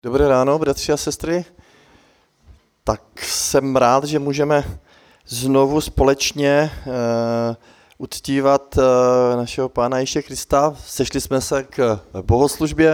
Dobré ráno, bratři a sestry. Tak jsem rád, že můžeme znovu společně uctívat našeho Pána Ježíše Krista. Sešli jsme se k bohoslužbě.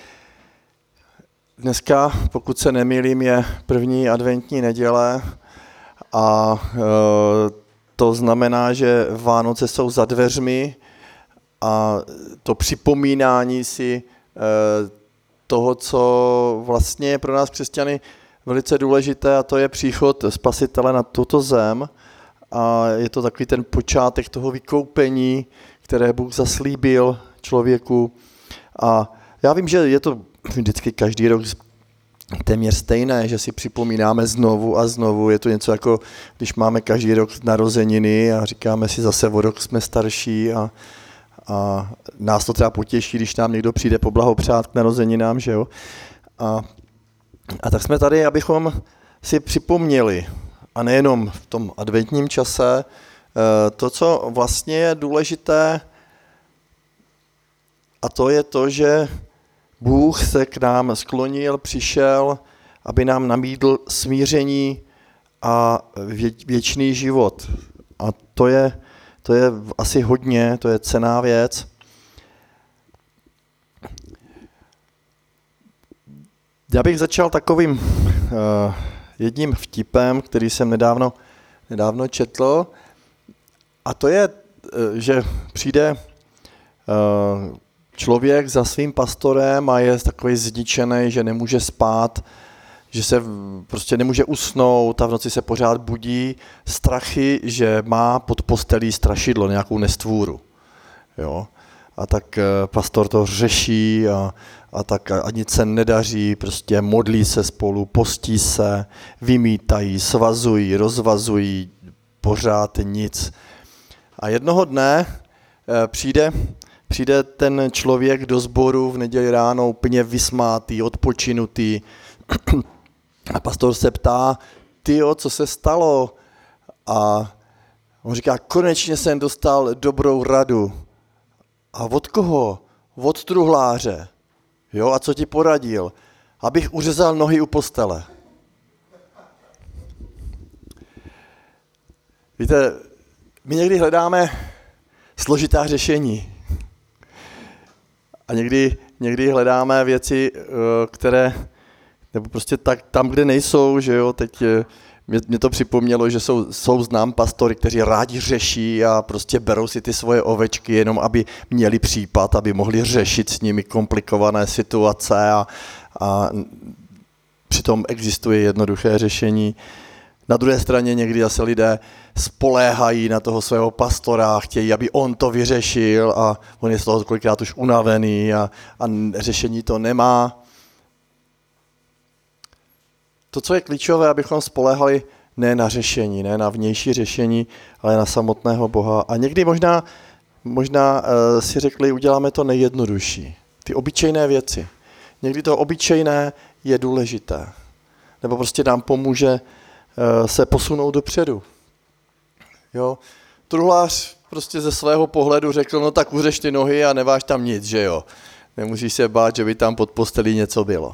Dneska, pokud se nemýlím, je první adventní neděle a to znamená, že Vánoce jsou za dveřmi a to připomínání si toho, co vlastně je pro nás křesťany velice důležité, a to je příchod Spasitele na tuto zem. A je to takový ten počátek toho vykoupení, které Bůh zaslíbil člověku. A já vím, že je to vždycky každý rok téměř stejné, že si připomínáme znovu a znovu. Je to něco jako, když máme každý rok narozeniny a říkáme si zase o rok jsme starší a nás to třeba potěší, když nám někdo přijde poblahopřát k narozeninám, že jo. A tak jsme tady, abychom si připomněli, a nejenom v tom adventním čase, to, co vlastně je důležité, a to je to, že Bůh se k nám sklonil, přišel, aby nám nabídl smíření a věčný život. A to je asi hodně, to je cenná věc. Já bych začal takovým jedním vtipem, který jsem nedávno četl, a to je, že přijde člověk za svým pastorem a je takový zničený, že nemůže spát, že se prostě nemůže usnout a v noci se pořád budí strachy, že má pod postelí strašidlo, nějakou nestvůru. Jo? A tak pastor to řeší a tak a nic se nedaří, prostě modlí se spolu, postí se, vymítají, svazují, rozvazují, pořád nic. A jednoho dne přijde ten člověk do sboru v neděli ráno úplně vysmátý, odpočinutý, a pastor se ptá, tyjo, co se stalo? A on říká, konečně jsem dostal dobrou radu. A od koho? Od truhláře. Jo, a co ti poradil? Abych uřezal nohy u postele. Víte, my někdy hledáme složitá řešení. A někdy hledáme věci, které nebo prostě tak tam, kde nejsou, že jo, teď mě to připomnělo, že jsou znám pastory, kteří rádi řeší a prostě berou si ty svoje ovečky jenom, aby měli případ, aby mohli řešit s nimi komplikované situace a přitom existuje jednoduché řešení. Na druhé straně někdy zase lidé spoléhají na toho svého pastora, chtějí, aby on to vyřešil a on je z toho kolikrát už unavený a řešení to nemá. To, co je klíčové, abychom spoléhali ne na řešení, ne na vnější řešení, ale na samotného Boha. A někdy možná si řekli, uděláme to nejjednodušší. Ty obyčejné věci. Někdy to obyčejné je důležité. Nebo prostě nám pomůže se posunout dopředu. Jo? Truhlář prostě ze svého pohledu řekl, no tak uřeš ty nohy a neváž tam nic, že jo. Nemusíš se bát, že by tam pod postelí něco bylo.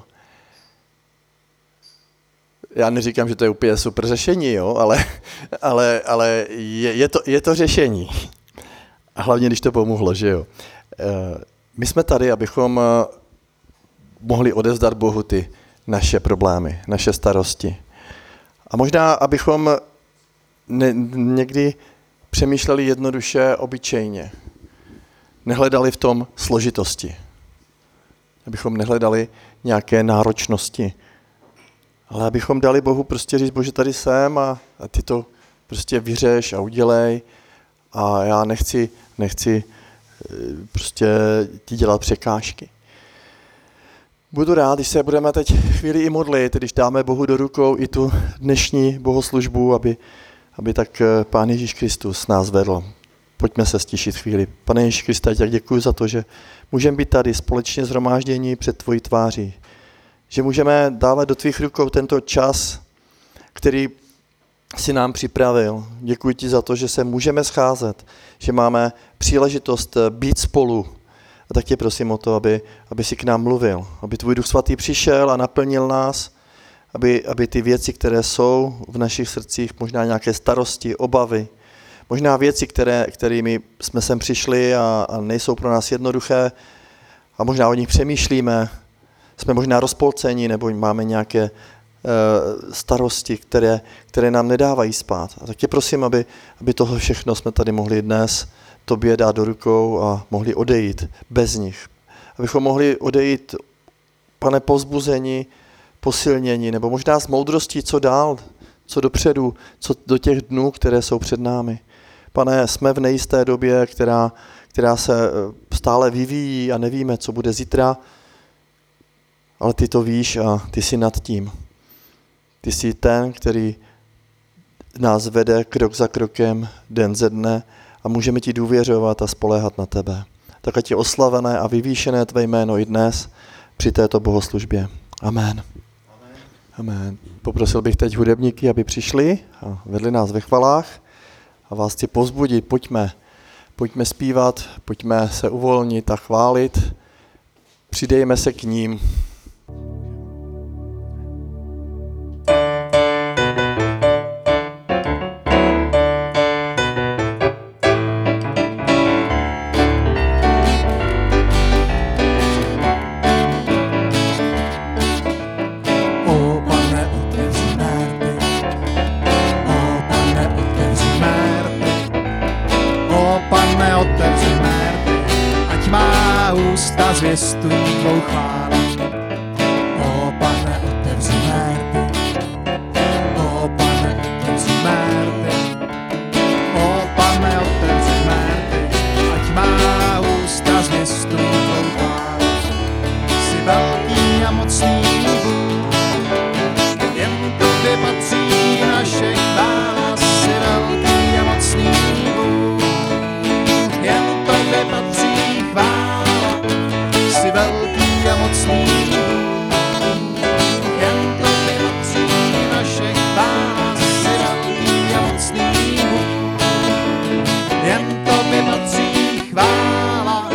Já neříkám, že to je úplně super řešení, jo, ale je to řešení. A hlavně, když to pomohlo, že jo. My jsme tady, abychom mohli odevzdat Bohu ty naše problémy, naše starosti. A možná, abychom někdy přemýšleli jednoduše, obyčejně. Nehledali v tom složitosti. Abychom nehledali nějaké náročnosti. Ale abychom dali Bohu prostě říct, Bože, tady jsem a ty to prostě vyřeš a udělej a já nechci prostě ti dělat překážky. Budu rád, když se budeme teď chvíli i modlit, když dáme Bohu do rukou i tu dnešní bohoslužbu, aby tak Pán Ježíš Kristus nás vedl. Pojďme se stišit chvíli. Pane Ježíš Kriste, tak děkuji za to, že můžeme být tady společně shromáždění před tvojí tváří. Že můžeme dávat do tvých rukou tento čas, který si nám připravil. Děkuji ti za to, že se můžeme scházet, že máme příležitost být spolu A tak tě prosím o to, aby si k nám mluvil, aby tvůj Duch Svatý přišel a naplnil nás, aby ty věci, které jsou v našich srdcích, možná nějaké starosti, obavy, možná věci, kterými jsme sem přišli a nejsou pro nás jednoduché a možná o nich přemýšlíme, jsme možná rozpolceni nebo máme nějaké starosti, které nám nedávají spát. A tak tě prosím, aby toho všechno jsme tady mohli dnes tobě dát do rukou a mohli odejít bez nich. Abychom mohli odejít, Pane, povzbuzení, posilnění, nebo možná s moudrostí, co dál, co dopředu, co do těch dnů, které jsou před námi. Pane, jsme v nejisté době, která se stále vyvíjí a nevíme, co bude zítra, ale ty to víš a ty jsi nad tím. Ty jsi ten, který nás vede krok za krokem, den ze dne a můžeme ti důvěřovat a spoléhat na tebe. Tak ať je oslavené a vyvýšené tvé jméno i dnes při této bohoslužbě. Amen. Amen. Poprosil bych teď hudebníky, aby přišli a vedli nás ve chvalách a vás chci povzbudit, pojďme zpívat, pojďme se uvolnit a chválit, přidejme se k ním. Zvěstuj tvou chválu. O Pane, otevři mé rty. O Pane, otevři mé rty. O Pane, otevři mé rty. Ať má ústa zvěstuj tvou chválu. Jsi velký a mocný Bůh, jen tobě patří naše chvála. Jsi velký a mocný Bůh, jen tobě patří chvála. Jsi velký a mocný Bůh, jen tobě patří naše chvála. Jsi velký a mocný Bůh, jen tobě patří chvála.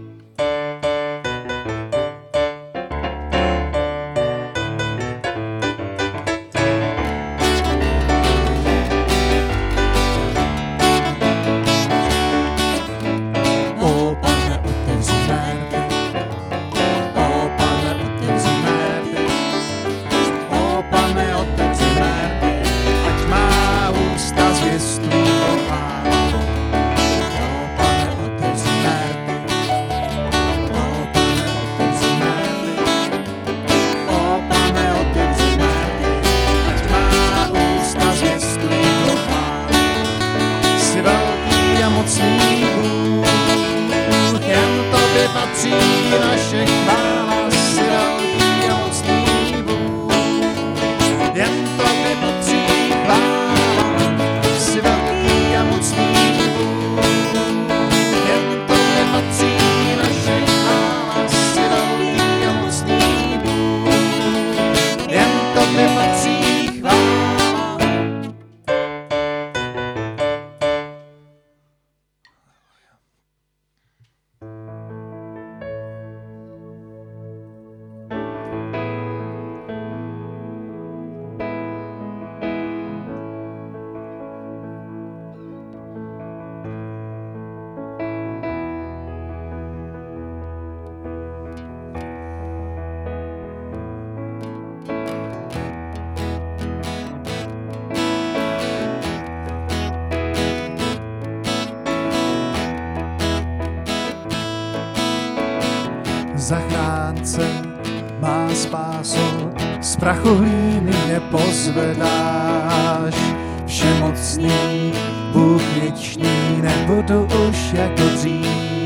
Zachránce má spásu, z prachu hlíny mě pozvedáš. Všemocný, Bůh věčný, nebudu už jako dřív.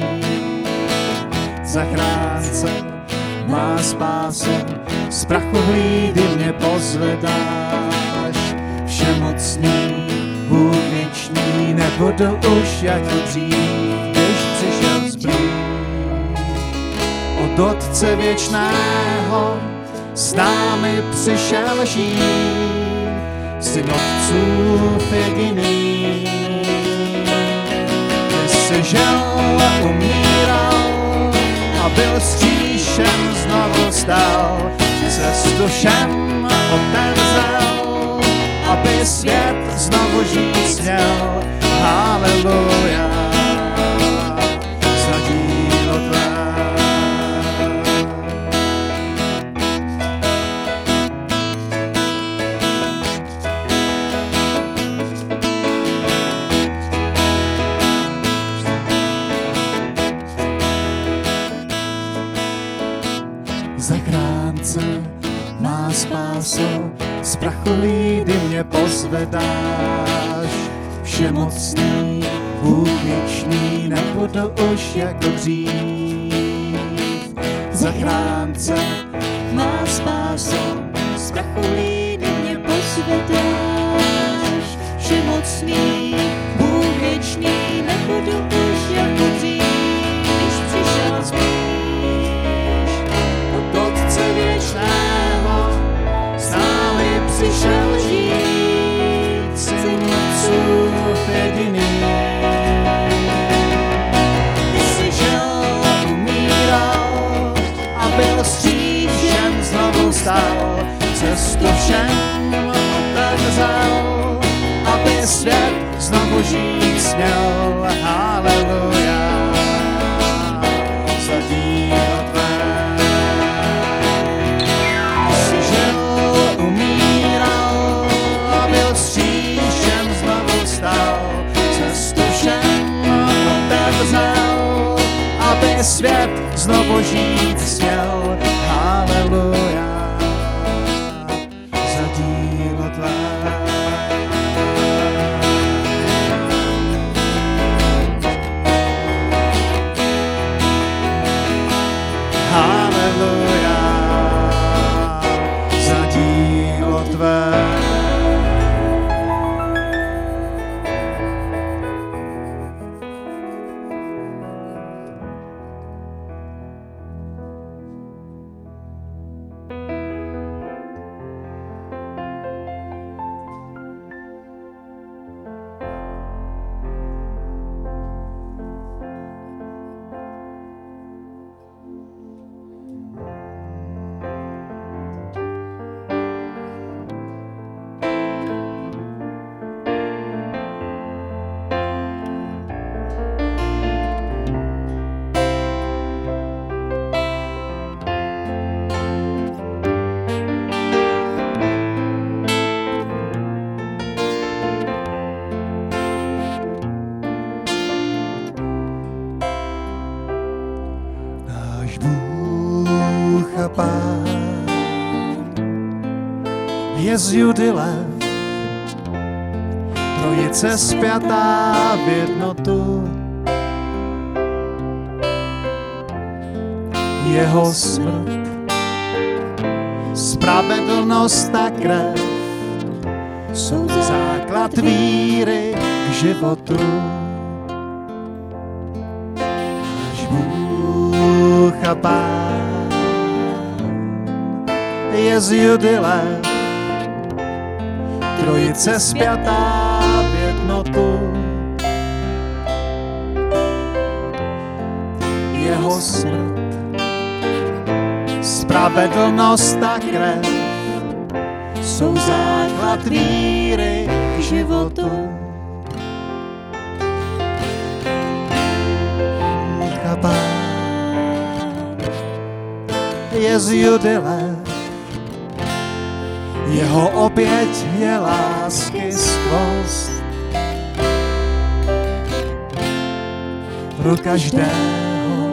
Zachránce má spásu, z prachu hlíny mě pozvedáš. Všemocný, Bůh věčný, nebudu už jako dřív, když přišel zblíž. Od Otce věčného s námi přišel žít, Syn Otcův jediný. Ty jsi žil a umíral, a byl zkříšen, znovu stal, cestu všem otevřel, aby svět znovu žít směl. Haleluja, za dílo tvé. Zachránce, má spáso, z prachu lídy mě pozvedáš. Všemocný, Bůh věčný, nebudu už jako dřív. Zachránce, má spáso, z prachu lídy mě pozvedáš. Všemocný, Bůh věčný, nebudu už jako dřív. Když přišel spíš od Otce věčného, stále přišel žít, Syn Otcův jediný. Přišel, umíral a byl zkříšen, znovu stal, cestu všem otevřel, aby svět znovu žít směl. Haleluja, za dílo tvé. Přišel, umíral a byl zkříšen, znovu stal, cestu všem otevřel, aby svět znovu žít směl. Haleluja, za dílo tvé. Haleluja, za dílo tvé. Náš Bůh a Pán je z Judy lev, trojice spjatá v jednotu. Jeho smrt, spravedlnost a krev jsou základ víry k životu. Náš Bůh a Pán je z Judy lev, trojice spjatá v jednotu. Jeho smrt, spravedlnost a krev jsou základ víry k životu. Bůh a Pán je z Judy lev, jeho oběť je lásky skvost. Pro každého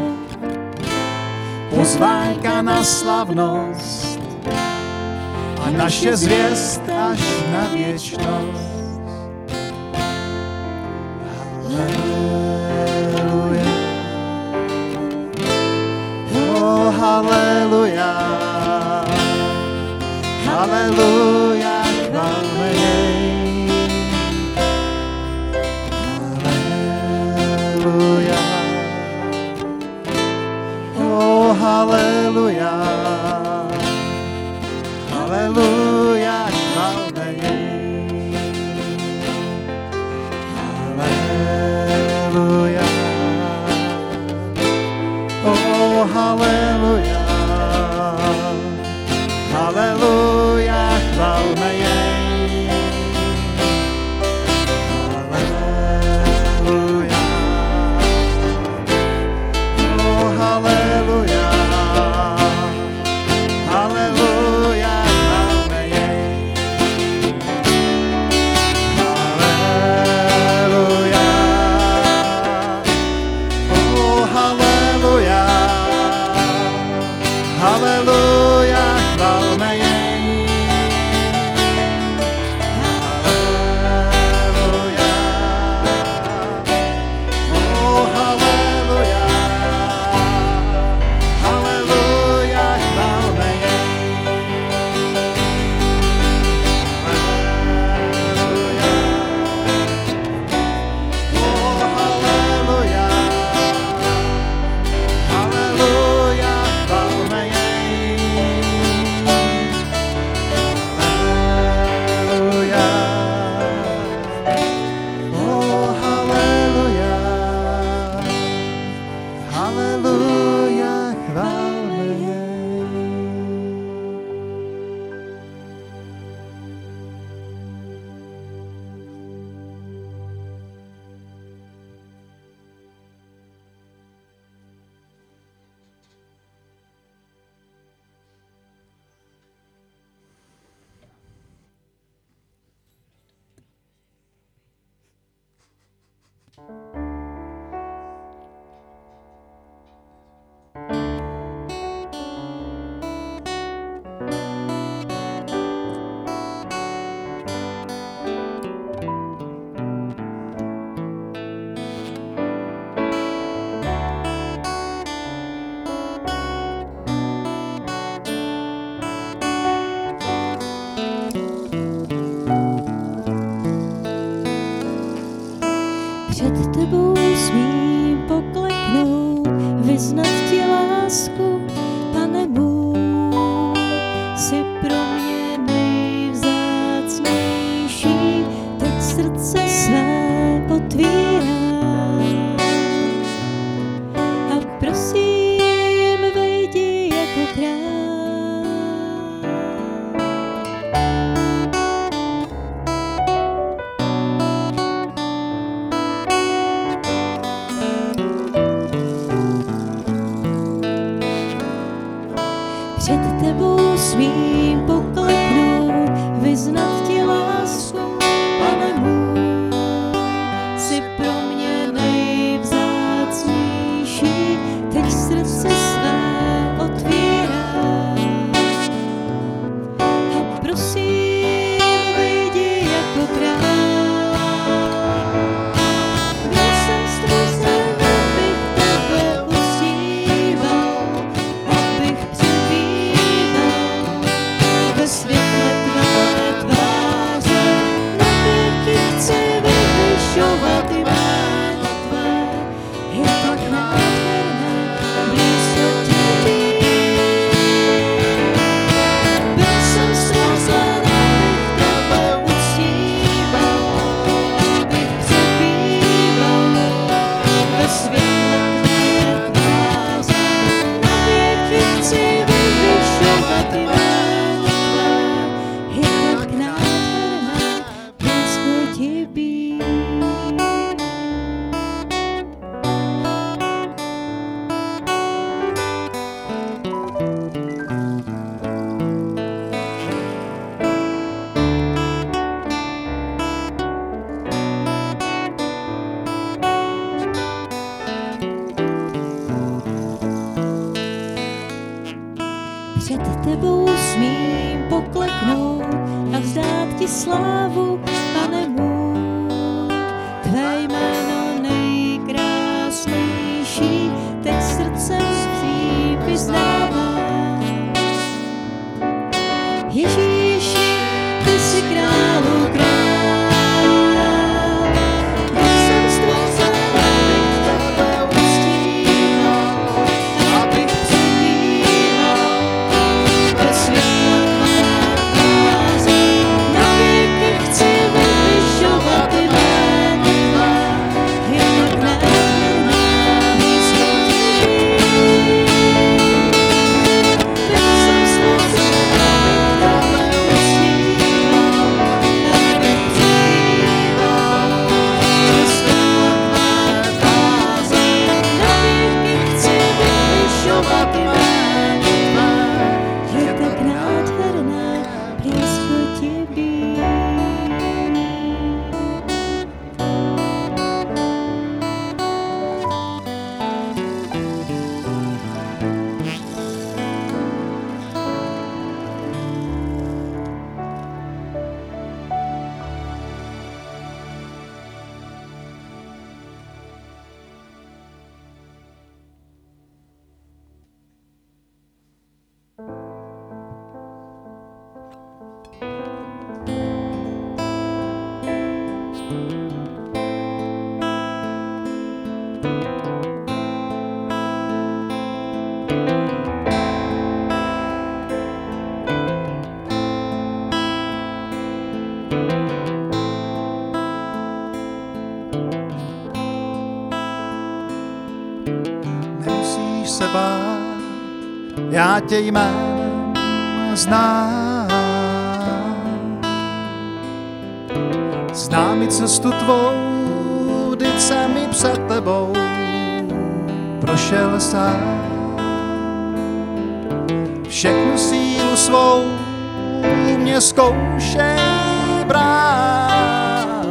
pozvánka na slavnost a naše zvěst až na věčnost. Haleluja, oh haleluja, haleluja, chválme jej. Haleluja, oh haleluja, haleluja, chválme jej. Haleluja, oh haleluja. Jsi pro mě nejvzácnější, teď srdce své otvírám. A prosím, vejdi jako král. Před tebou smím pokleknout, vyznat ti lásku, Pane můj. Jsi pro mě nejvzácnější, teď srdce své otvírám. A prosím, vejdi jako král. Byl jsem stvořen, abych tebe uctíval, abych přebýval ve světle tvé tváře. Na věky chci vyvyšovat jméno tvé, je tak nádherné blízko ti být. Byl jsem stvořen, abych tebe uctíval, abych přebýval ve světle tvé tváře. Na věky chci vyvyšovat jméno tvé, je tak nádherné blízko ti být. Před tebou smím pokleknout a vzdát ti slávu, Pane můj. Tvé jméno nejkrásnější, teď srdcem svým vyznávám. Ježíši, ty jsi králu král. Já jsem stvořen, abych tebe uctíval, abych přebýval ve světle tvé tváře. Na věky chci vyvyšovat jméno tvé, je tak nádherné blízko ti být. Byl jsem stvořen, abych tebe uctíval, abych přebýval ve světle tvé tváře. Na věky chci vyvyšovat jméno tvé, je tak nádherné blízko ti být. Nemusíš se bát, já tě jménem znám. Znám i cestu tvou, vždyť jsem i před tebou prošel sám. Všechnu sílu svou mě zkoušej brát.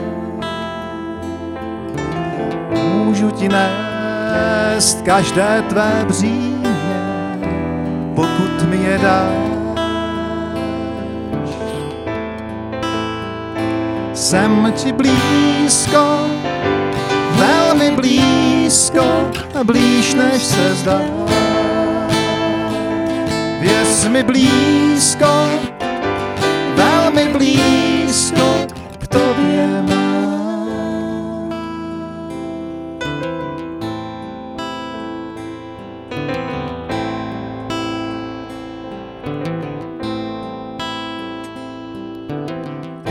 Můžu ti nést každé tvé břímě, pokud mi je dáš. Jsem ti blízko, velmi blízko, blíž než se zdá. Věř mi blízko, velmi blízko k tobě mám.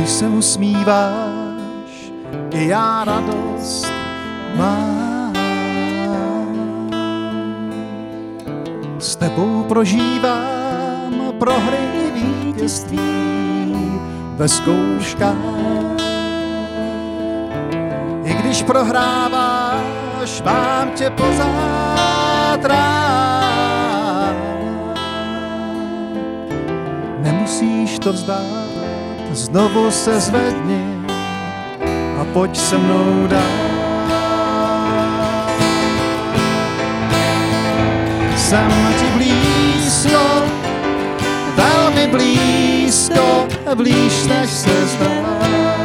Když se usmíváš, i já radost mám. S tebou prožívám prohry i vítězství ve zkouškách. I když prohráváš, mám tě pořád rád. Nemusíš to vzdát, znovu se zvedni a pojď se mnou dál. Jsem ti blízko, velmi blízko, blíž než se zdá.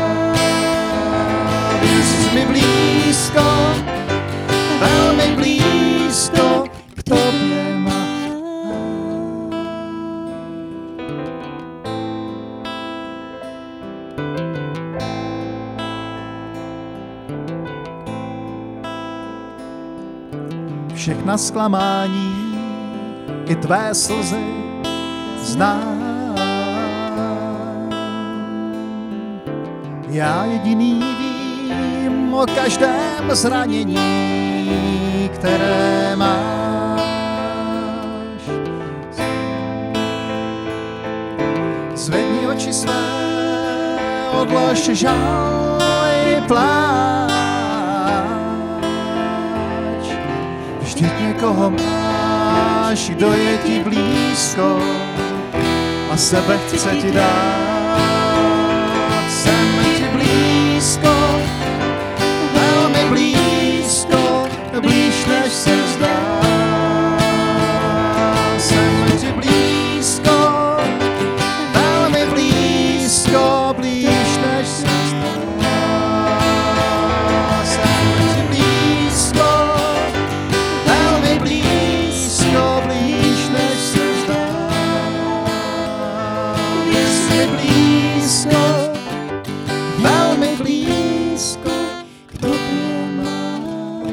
Jsi mi blízko, velmi blízko, k tobě mám. Všechna zklamání i tvé slzy znám. Já jediný vím o každém zranění, které máš. Zvedni oči své, odlož žal i pláč. Vždyť někoho máš, kdo je ti blízko a sebe chce ti dát. Jsem ti blízko, velmi blízko, blíž než se zdá. Jsem ti blízko, velmi blízko, blíž než se zdá. Jsem ti blízko, velmi blízko, blíž než se zdá. Jsi blízko, velmi blízko, k tobě mám.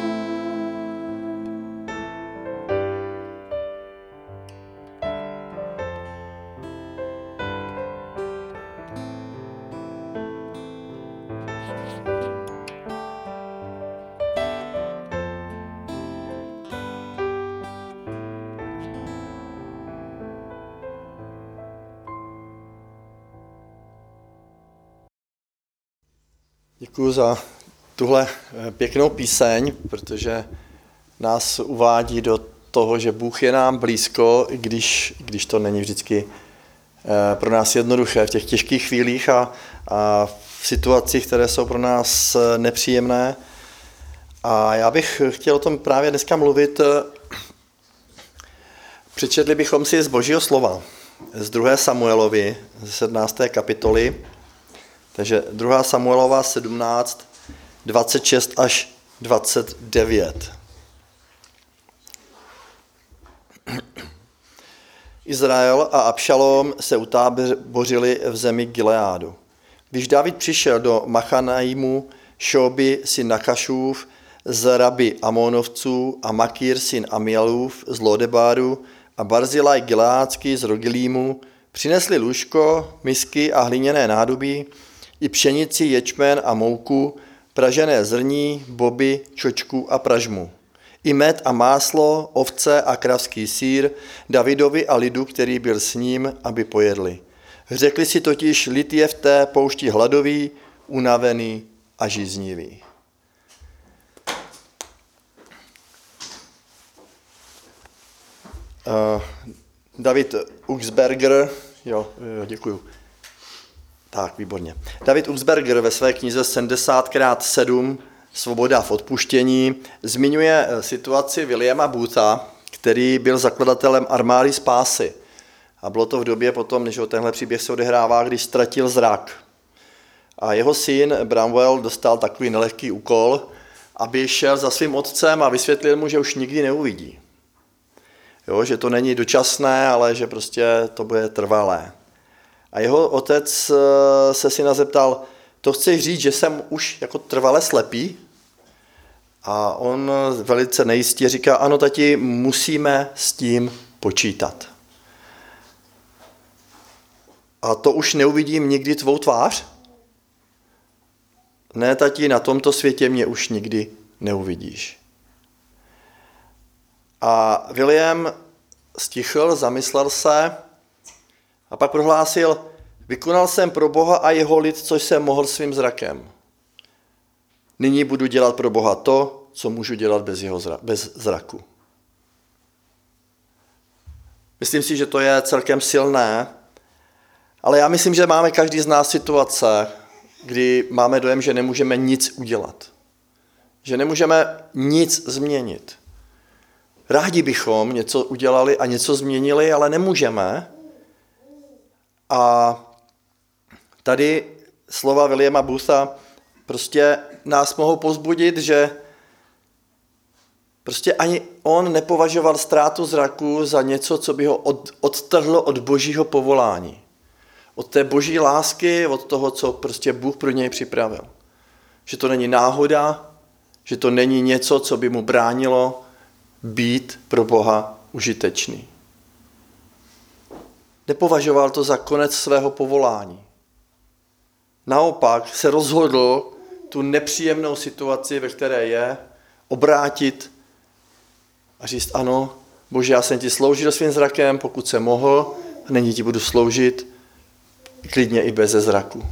Děkuji za tuhle pěknou píseň, protože nás uvádí do toho, že Bůh je nám blízko, i když to není vždycky pro nás jednoduché v těch těžkých chvílích a v situacích, které jsou pro nás nepříjemné. A já bych chtěl o tom právě dneska mluvit. Přečetli bychom si z Božího slova, z 2. Samuelovi, ze 17. kapitoly. Takže 2. Samuelova 17, 26 až 29. Izrael a Abšalom se utábořili v zemi Gileádu. Když David přišel do Machanaimu, Šóby syn Nakašův z Raby Amonovců a Makír syn Amielův z Lodebáru a Barzilaj Gileádský z Rogilímu přinesli lůžko, misky a hliněné nádobí, i pšenici, ječmen a mouku, pražené zrní, boby, čočku a pražmu. I med a máslo, ovce a kravský sýr Davidovi a lidu, který byl s ním, aby pojedli. Řekli si totiž, lid je v té poušti hladový, unavený a žíznivý. David Uxberger, děkuju. Tak, výborně. David Uxberger ve své knize 70x7 Svoboda v odpuštění zmiňuje situaci Williama Bootha, který byl zakladatelem armády spásy. A bylo to v době potom, než tenhle příběh se odehrává, když ztratil zrak. A jeho syn Bramwell dostal takový nelehký úkol, aby šel za svým otcem a vysvětlil mu, že už nikdy neuvidí. Jo, že to není dočasné, ale že prostě to bude trvalé. A jeho otec se syna zeptal, to chceš říct, že jsem už jako trvale slepý? A on velice nejistě říká, ano tati, musíme s tím počítat. a to už neuvidím nikdy tvou tvář? Ne, tati, na tomto světě mě už nikdy neuvidíš. A William stichl, zamyslel se a pak prohlásil, vykonal jsem pro Boha a jeho lid, což jsem mohl svým zrakem. Nyní budu dělat pro Boha to, co můžu dělat bez zraku. Myslím si, že to je celkem silné, ale já myslím, že máme každý z nás situace, kdy máme dojem, že nemůžeme nic udělat. Že nemůžeme nic změnit. Rádi bychom něco udělali a něco změnili, ale nemůžeme. A tady slova Williama Bootha prostě nás mohou povzbudit, že prostě ani on nepovažoval ztrátu zraku za něco, co by ho odtrhlo od božího povolání. Od té boží lásky, od toho, co prostě Bůh pro něj připravil. Že to není náhoda, že to není něco, co by mu bránilo být pro Boha užitečný. Nepovažoval to za konec svého povolání. Naopak se rozhodl tu nepříjemnou situaci, ve které je, obrátit a říct, ano, Bože, já jsem ti sloužil svým zrakem, pokud jsem mohl, a nyní ti budu sloužit klidně i bez zraku.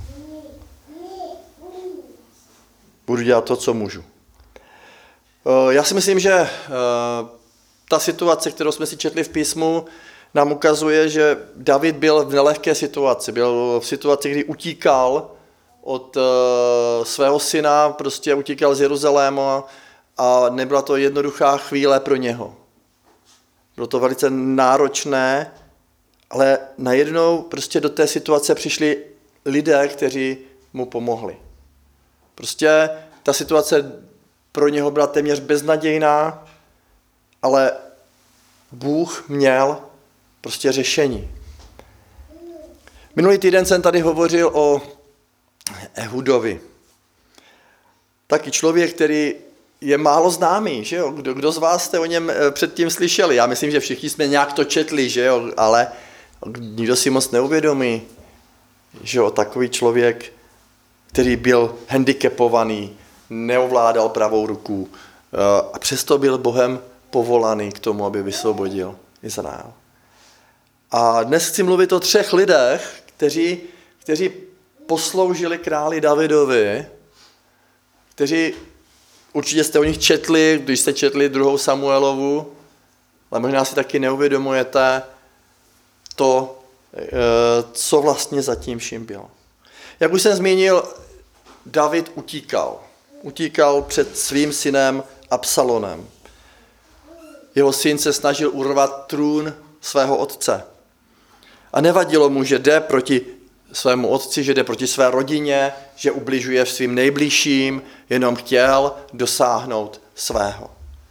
Budu dělat to, co můžu. Já si myslím, že ta situace, kterou jsme si četli v písmu, nám ukazuje, že David byl v nelehké situaci. Byl v situaci, kdy utíkal od svého syna, prostě utíkal z Jeruzaléma a nebyla to jednoduchá chvíle pro něho. Bylo to velice náročné, ale najednou prostě do té situace přišli lidé, kteří mu pomohli. Prostě ta situace pro něho byla téměř beznadějná, ale Bůh měl prostě řešení. Minulý týden jsem tady hovořil o Ehudovi. Taky člověk, který je málo známý, že jo? Kdo z vás jste o něm předtím slyšeli? Já myslím, že všichni jsme nějak to četli, že jo? Ale nikdo si moc neuvědomí, že jo? Takový člověk, který byl handicapovaný, neovládal pravou ruku a přesto byl Bohem povolaný k tomu, aby vysvobodil Izrael. A dnes chci mluvit o 3 lidech, kteří posloužili králi Davidovi, kteří určitě jste o nich četli, když jste četli 2. Samuelovu, ale možná si taky neuvědomujete to, co vlastně zatím vším bylo. Jak už jsem zmínil, David utíkal. Utíkal před svým synem Absalonem. Jeho syn se snažil urvat trůn svého otce. A nevadilo mu, že jde proti svému otci, že jde proti své rodině, že ubližuje svým nejbližším, jenom chtěl dosáhnout svého.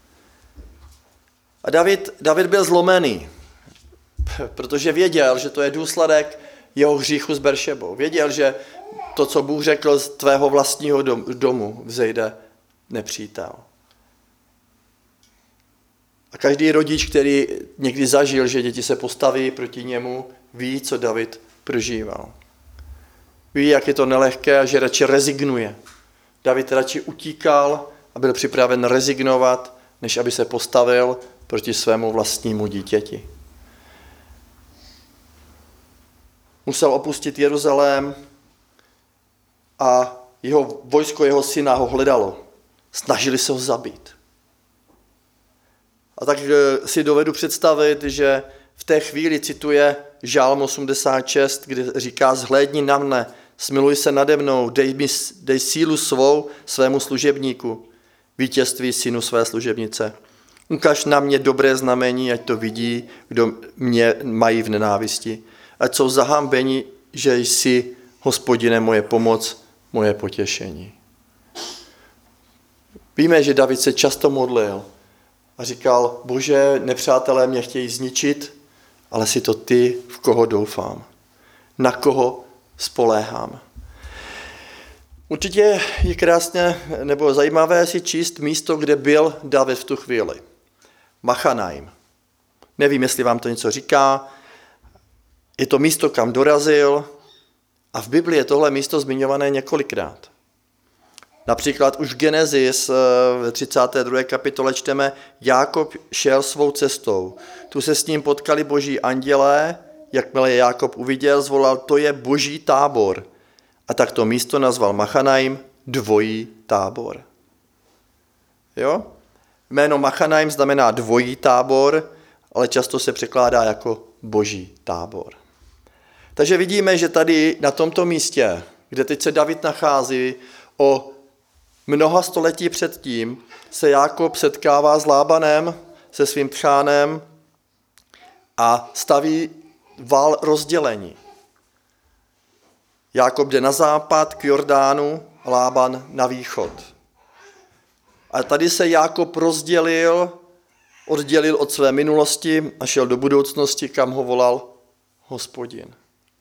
A David byl zlomený, protože věděl, že to je důsledek jeho hříchu s Beršebou. Věděl, že to, co Bůh řekl, z tvého vlastního domu vzejde nepřítel. A každý rodič, který někdy zažil, že děti se postaví proti němu, ví, co David prožíval. Ví, jak je to nelehké a že radši rezignuje. David radši utíkal a byl připraven rezignovat, než aby se postavil proti svému vlastnímu dítěti. Musel opustit Jeruzalém a jeho vojsko, jeho syna ho hledalo. Snažili se ho zabít. A tak si dovedu představit, že v té chvíli cituje Žálm 86, kde říká, zhlédni na mne, smiluj se nade mnou, dej sílu svou svému služebníku, vítězství synu své služebnice. Ukaž na mě dobré znamení, ať to vidí, kdo mě mají v nenávisti. Ať jsou zahambeni, že jsi, Hospodine, moje pomoc, moje potěšení. Víme, že David se často modlil a říkal, Bože, nepřátelé mě chtějí zničit, ale jsi to ty, v koho doufám, na koho spoléhám. Určitě je krásně nebo zajímavé si číst místo, kde byl David v tu chvíli. Machanaim. Nevím, jestli vám to něco říká. Je to místo, kam dorazil, a v Biblii je tohle místo zmiňované několikrát. Například už v Genesis v 32. kapitole čteme, Jákob šel svou cestou. Tu se s ním potkali boží andělé, jakmile je Jákob uviděl, zvolal, to je boží tábor. A tak to místo nazval Machanaim, dvojí tábor. Jo? Jméno Machanaim znamená dvojí tábor, ale často se překládá jako boží tábor. Takže vidíme, že tady na tomto místě, kde teď se David nachází, o mnoha století předtím se Jákob setkává s Lábanem, se svým tchánem a staví val rozdělení. Jákob jde na západ k Jordánu, Lában na východ. A tady se Jákob oddělil od své minulosti a šel do budoucnosti, kam ho volal Hospodin.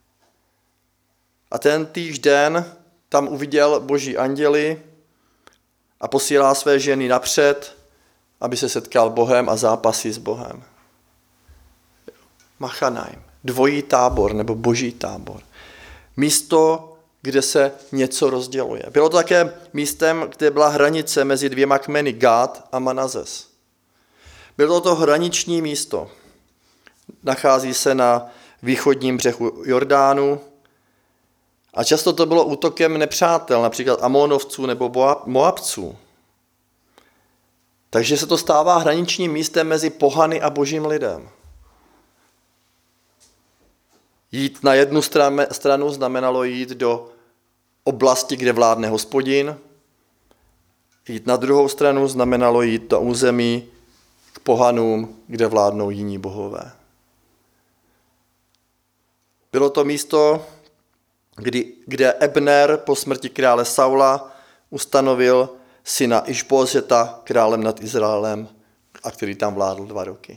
A ten týž den tam uviděl boží anděli a posílá své ženy napřed, aby se setkal Bohem a zápasí s Bohem. Machanaim, dvojí tábor nebo boží tábor. Místo, kde se něco rozděluje. Bylo to také místem, kde byla hranice mezi dvěma kmeny, Gád a Manazes. Bylo to hraniční místo. Nachází se na východním břehu Jordánu a často to bylo útokem nepřátel, například Amonovců nebo Moabců. Takže se to stává hraničním místem mezi pohany a božím lidem. Jít na jednu stranu znamenalo jít do oblasti, kde vládne Hospodin. Jít na druhou stranu znamenalo jít do území k pohanům, kde vládnou jiní bohové. Bylo to místo, kde Ebner po smrti krále Saula ustanovil syna Išbóšeta králem nad Izraelem, a který tam vládl 2 roky.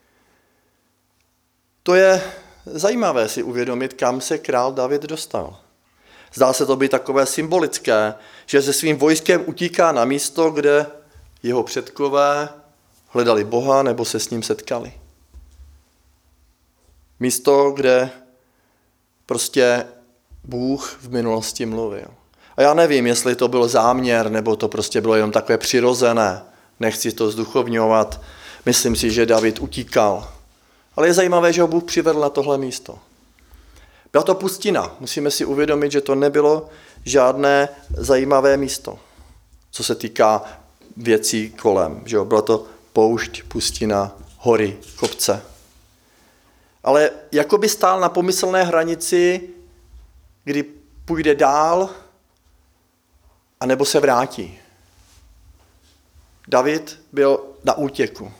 To je zajímavé si uvědomit, kam se král David dostal. Zdá se to být takové symbolické, že se svým vojskem utíká na místo, kde jeho předkové hledali Boha nebo se s ním setkali. Místo, kde prostě Bůh v minulosti mluvil. A já nevím, jestli to byl záměr, nebo to prostě bylo jenom takové přirozené. Nechci to zduchovňovat. Myslím si, že David utíkal. Ale je zajímavé, že ho Bůh přivedl na tohle místo. Byla to pustina. Musíme si uvědomit, že to nebylo žádné zajímavé místo, co se týká věcí kolem. Že byla to poušť, pustina, hory, kopce. Ale jako by stál na pomyslné hranici, kdy půjde dál, anebo se vrátí. David byl na útěku.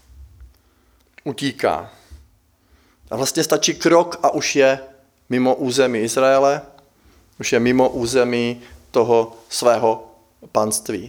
Utíká. A vlastně stačí krok a už je mimo území Izraele, už je mimo území toho svého panství.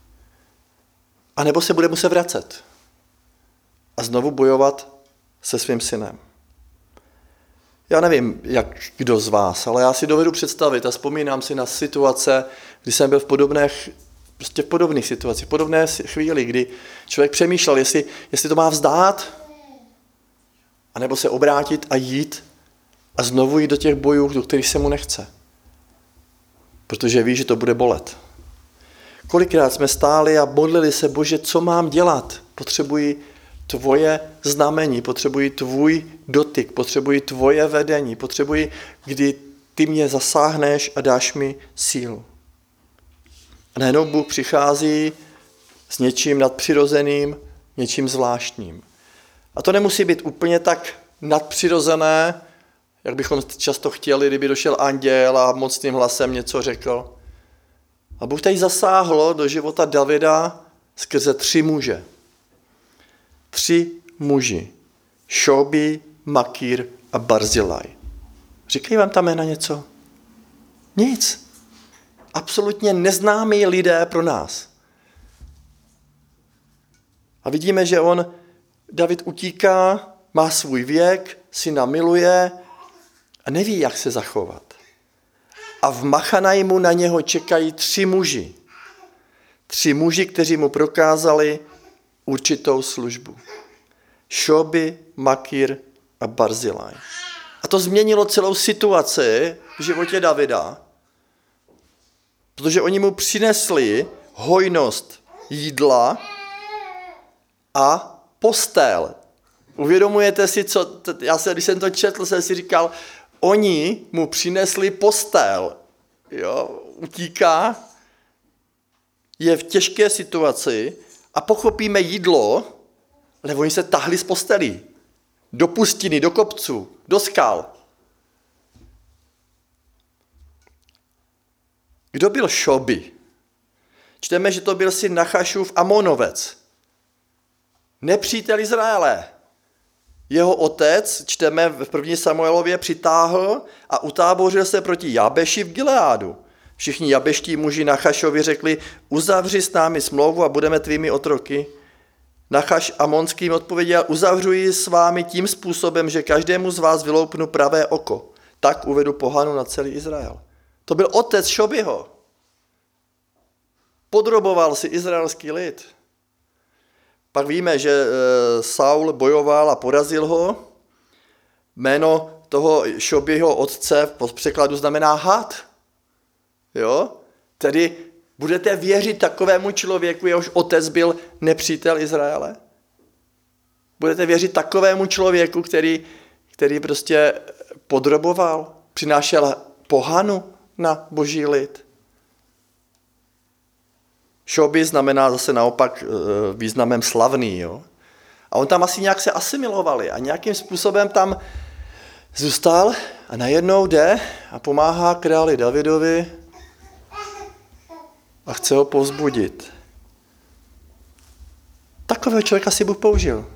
A nebo se bude muset vracet a znovu bojovat se svým synem. Já nevím, jak kdo z vás, ale já si dovedu představit a vzpomínám si na situace, kdy jsem byl v podobných situacích, v podobné chvíli, kdy člověk přemýšlel, jestli to má vzdát, anebo se obrátit a jít a znovu jít do těch bojů, do kterých se mu nechce. Protože ví, že to bude bolet. Kolikrát jsme stáli a modlili se, Bože, co mám dělat? Potřebuji tvoje znamení, potřebuji tvůj dotyk, potřebuji tvoje vedení, potřebuji, kdy ty mě zasáhneš a dáš mi sílu. A najednou Bůh přichází s něčím nadpřirozeným, něčím zvláštním. A to nemusí být úplně tak nadpřirozené, jak bychom často chtěli, kdyby došel anděl a mocným hlasem něco řekl. A Bůh tady zasáhl do života Davida skrze 3 muže. 3 muži. Šobi, Makir a Barzilaj. Říkají vám ta jména něco? Nic. Absolutně neznámí lidé pro nás. A vidíme, že David utíká, má svůj věk, syna miluje a neví, jak se zachovat. A v Machanaimu na něho čekají 3 muži. 3 muži, kteří mu prokázali určitou službu. Šobi, Makir a Barzilaj. A to změnilo celou situaci v životě Davida, protože oni mu přinesli hojnost jídla a postel. Uvědomujete si, když jsem to četl, jsem si říkal, oni mu přinesli postel. Jo, utíká, je v těžké situaci a pochopíme jídlo, ale oni se tahli z postelí. Do pustiny, do kopců, do skal. Kdo byl Šobi? Čteme, že to byl syn Nachašův Amonovec. Nepřítel Izraele. Jeho otec, čteme v 1. Samuelově, přitáhl a utábořil se proti Jabeši v Gileádu. Všichni jabeští muži Nachašovi řekli, uzavři s námi smlouvu a budeme tvými otroky. Nachaš Amonským odpověděl, uzavřuji s vámi tím způsobem, že každému z vás vyloupnu pravé oko. Tak uvedu pohanu na celý Izrael. To byl otec Šobiho. Podroboval si izraelský lid. Pak víme, že Saul bojoval a porazil ho. Jméno toho Šobiho otce v překladu znamená had. Jo? Tedy budete věřit takovému člověku, jehož otec byl nepřítel Izraele? Budete věřit takovému člověku, který prostě podroboval, přinášel pohanu na boží lid? Šobi znamená zase naopak významem slavný. Jo? A on tam asi nějak se asimilovali a nějakým způsobem tam zůstal a najednou jde a pomáhá králi Davidovi a chce ho povzbudit. Takového člověka si Bůh použil.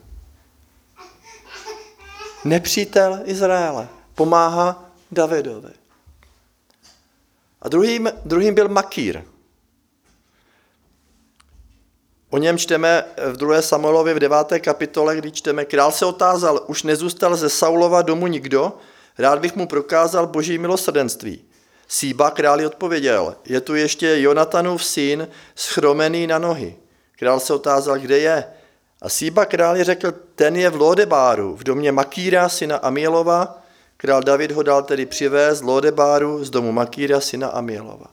Nepřítel Izraele pomáhá Davidovi. A druhým byl Makír. O něm čteme v 2. Samuelově v 9. kapitole, kdy čteme, král se otázal, už nezůstal ze Saulova domu nikdo, rád bych mu prokázal boží milosrdenství. Síba králi odpověděl, je tu ještě Jonatanův syn schromený na nohy. Král se otázal, kde je. A Síba králi řekl, ten je v Lodebáru, v domě Makíra, syna Amielova. Král David ho dal tedy přivést z Lodebáru, z domu Makíra, syna Amielova.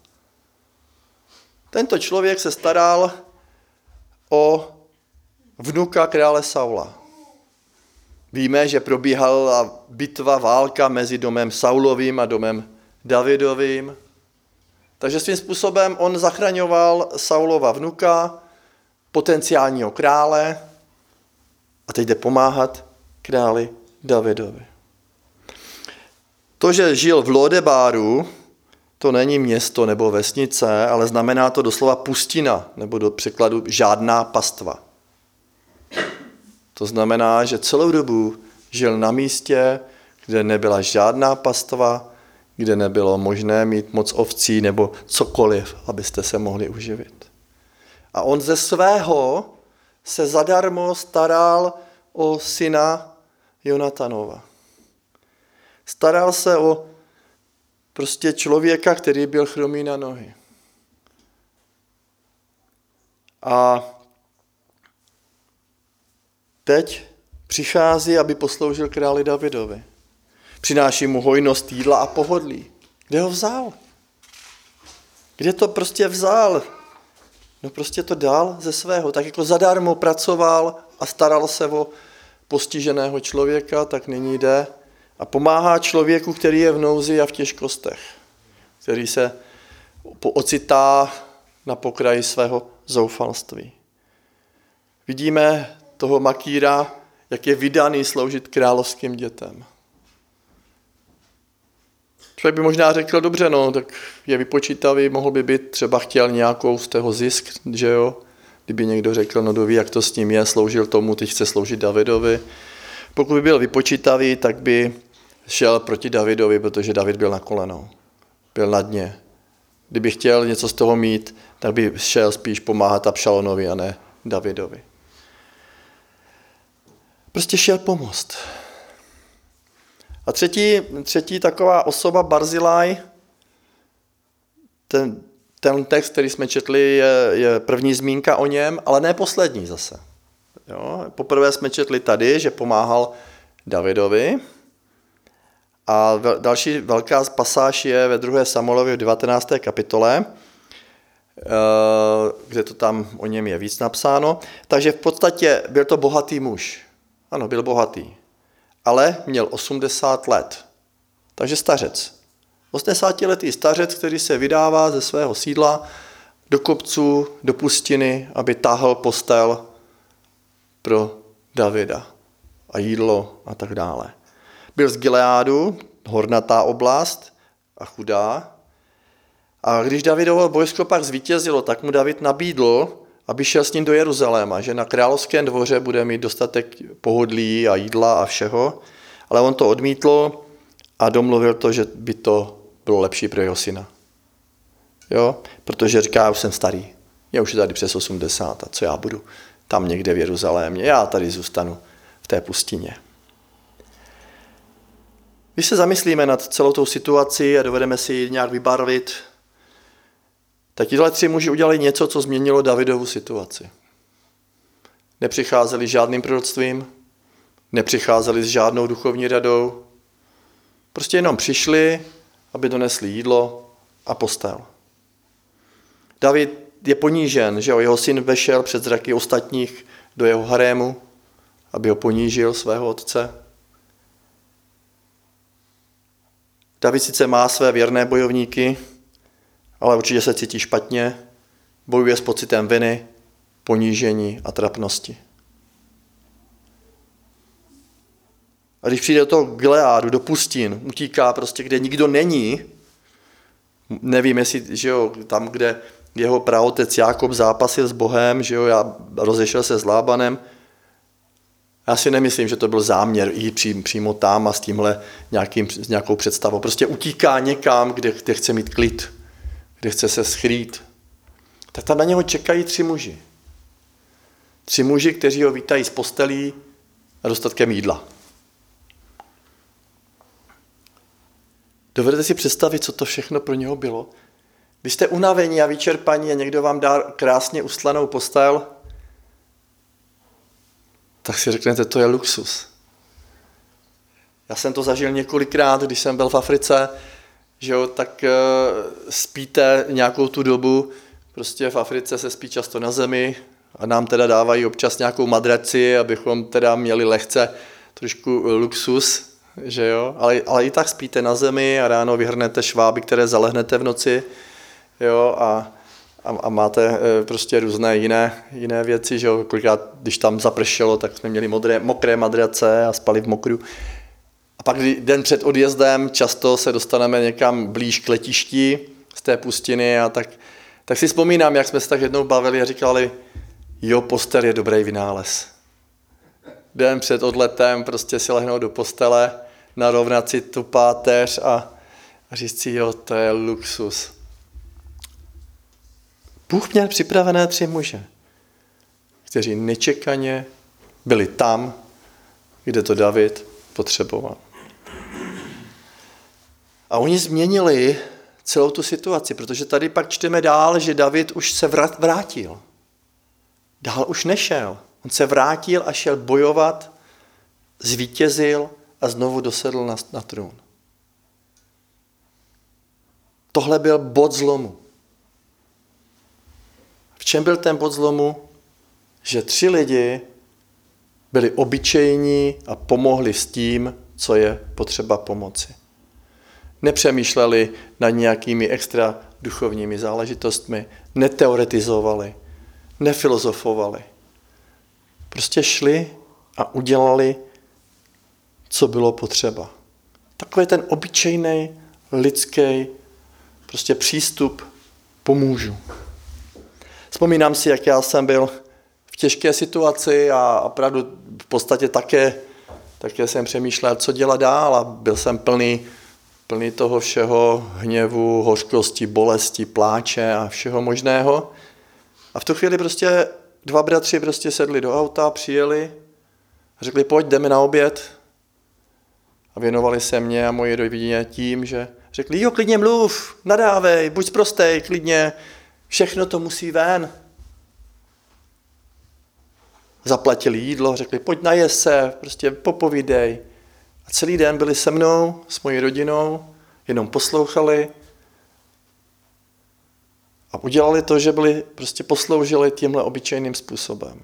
Tento člověk se staral o vnuka krále Saula. Víme, že probíhala bitva, válka mezi domem Saulovým a domem Davidovým. Takže svým způsobem on zachraňoval Saulova vnuka, potenciálního krále a teď jde pomáhat králi Davidovi. To, že žil v Lodebáru, to není město nebo vesnice, ale znamená to doslova pustina, nebo do překladu žádná pastva. To znamená, že celou dobu žil na místě, kde nebyla žádná pastva, kde nebylo možné mít moc ovcí nebo cokoliv, abyste se mohli uživit. A on ze svého se zadarmo staral o syna Jonatanova. Staral se o prostě člověka, který byl chromý na nohy. A teď přichází, aby posloužil králi Davidovi. Přináší mu hojnost jídla a pohodlí. Kde ho vzal? Kde to prostě vzal? No prostě to dal ze svého. Tak jako zadarmo pracoval a staral se o postiženého člověka, tak nyní jde a pomáhá člověku, který je v nouzi a v těžkostech. Který se ocitá na pokraji svého zoufalství. Vidíme toho Makíra, jak je vydaný sloužit královským dětem. Člověk by možná řekl, dobře, no, tak je vypočítavý, mohl by být, třeba chtěl nějakou z toho zisk, že jo? Kdyby někdo řekl, no doví, jak to s ním je, sloužil tomu, teď chce sloužit Davidovi. Pokud by byl vypočítavý, tak by šel proti Davidovi, protože David byl na kolenou, byl na dně. Kdyby chtěl něco z toho mít, tak by šel spíš pomáhat Abšalonovi a ne Davidovi. Prostě šel pomoct. A třetí taková osoba, Barzilaj, ten text, který jsme četli, je první zmínka o něm, ale ne poslední zase. Jo? Poprvé jsme četli tady, že pomáhal Davidovi A další velká pasáž je ve 2. Samuelově v 19. kapitole, kde to tam o něm je víc napsáno. Takže v podstatě byl to bohatý muž. Ano, byl bohatý. Ale měl 80 let. Takže stařec. 80letý stařec, který se vydává ze svého sídla do kopců, do pustiny, aby táhl postel pro Davida a jídlo a tak dále. Byl z Gileádu, hornatá oblast a chudá. A když Davidovo vojsko pak zvítězilo, tak mu David nabídl, aby šel s ním do Jeruzaléma, že na královském dvoře bude mít dostatek pohodlí a jídla a všeho. Ale on to odmítl a domluvil to, že by to bylo lepší pro jeho syna. Jo? Protože říká, já už jsem starý, já už je tady přes 80 a co já budu tam někde v Jeruzalémě, já tady zůstanu v té pustině. Když se zamyslíme nad celou tou situací a dovedeme si ji nějak vybarvit, tak tyhle 3 muži udělali něco, co změnilo Davidovu situaci. Nepřicházeli s žádným proroctvím, nepřicházeli s žádnou duchovní radou, prostě jenom přišli, aby donesli jídlo a postel. David je ponížen, že jeho syn vešel před zraky ostatních do jeho harému, aby ho ponížil, svého otce. David sice má své věrné bojovníky, ale určitě se cítí špatně, bojuje s pocitem viny, ponížení a trapnosti. A když přijde do toho Gileádu, do pustin, utíká prostě, kde nikdo není, nevím, jestli, že jo, tam, kde jeho praotec Jákob zápasil s Bohem, že jo, rozešel se s Lábanem. Já si nemyslím, že to byl záměr jít přímo tam a s tímhle s nějakou představou. Prostě utíká někam, kde chce mít klid, kde chce se schrít. Tak tam na něho čekají 3 muži. 3 muži, kteří ho vítají z postelí a dostatkem jídla. Dovedete si představit, co to všechno pro něho bylo? Když jste unavení a vyčerpaní a někdo vám dá krásně ustlanou postel, tak si řeknete, to je luxus. Já jsem to zažil několikrát, když jsem byl v Africe, že jo, tak spíte nějakou tu dobu, prostě v Africe se spí často na zemi a nám teda dávají občas nějakou madraci, abychom teda měli lehce trošku luxus, že jo, ale i tak spíte na zemi a ráno vyhrnete šváby, které zalehnete v noci, jo, a máte prostě různé jiné věci, že jo, kolikrát, když tam zapršelo, tak jsme měli mokré madrace a spali v mokru. A pak den před odjezdem často se dostaneme někam blíž k letišti z té pustiny a tak si vzpomínám, jak jsme se tak jednou bavili a říkali, jo, postel je dobrý vynález. Den před odletem prostě si lehnout do postele, narovnat si tu páteř a říct si, jo, to je luxus. Bůh měl připravené 3 muže, kteří nečekaně byli tam, kde to David potřeboval. A oni změnili celou tu situaci, protože tady pak čteme dál, že David už se vrátil. Dál už nešel. On se vrátil a šel bojovat, zvítězil a znovu dosedl na trůn. Tohle byl bod zlomu. V čem byl ten bod zlomu? Že 3 lidi byli obyčejní a pomohli s tím, co je potřeba pomoci. Nepřemýšleli nad nějakými extra duchovními záležitostmi, neteoretizovali, nefilozofovali. Prostě šli a udělali, co bylo potřeba. Takový ten obyčejný, lidský prostě přístup pomůžu. Vzpomínám si, jak já jsem byl v těžké situaci a opravdu v podstatě také jsem přemýšlel, co dělat dál a byl jsem plný toho všeho hněvu, hořkosti, bolesti, pláče a všeho možného. A v tu chvíli prostě 2 bratři prostě sedli do auta, přijeli a řekli, pojď, jdeme na oběd. A věnovali se mně a moji rodině tím, že řekli, jo, klidně mluv, nadávej, buď sprostej, klidně, všechno to musí ven. Zaplatili jídlo, řekli, pojď najez se, prostě popovídej. A celý den byli se mnou, s mojí rodinou, jenom poslouchali a udělali to, že prostě posloužili tímhle obyčejným způsobem.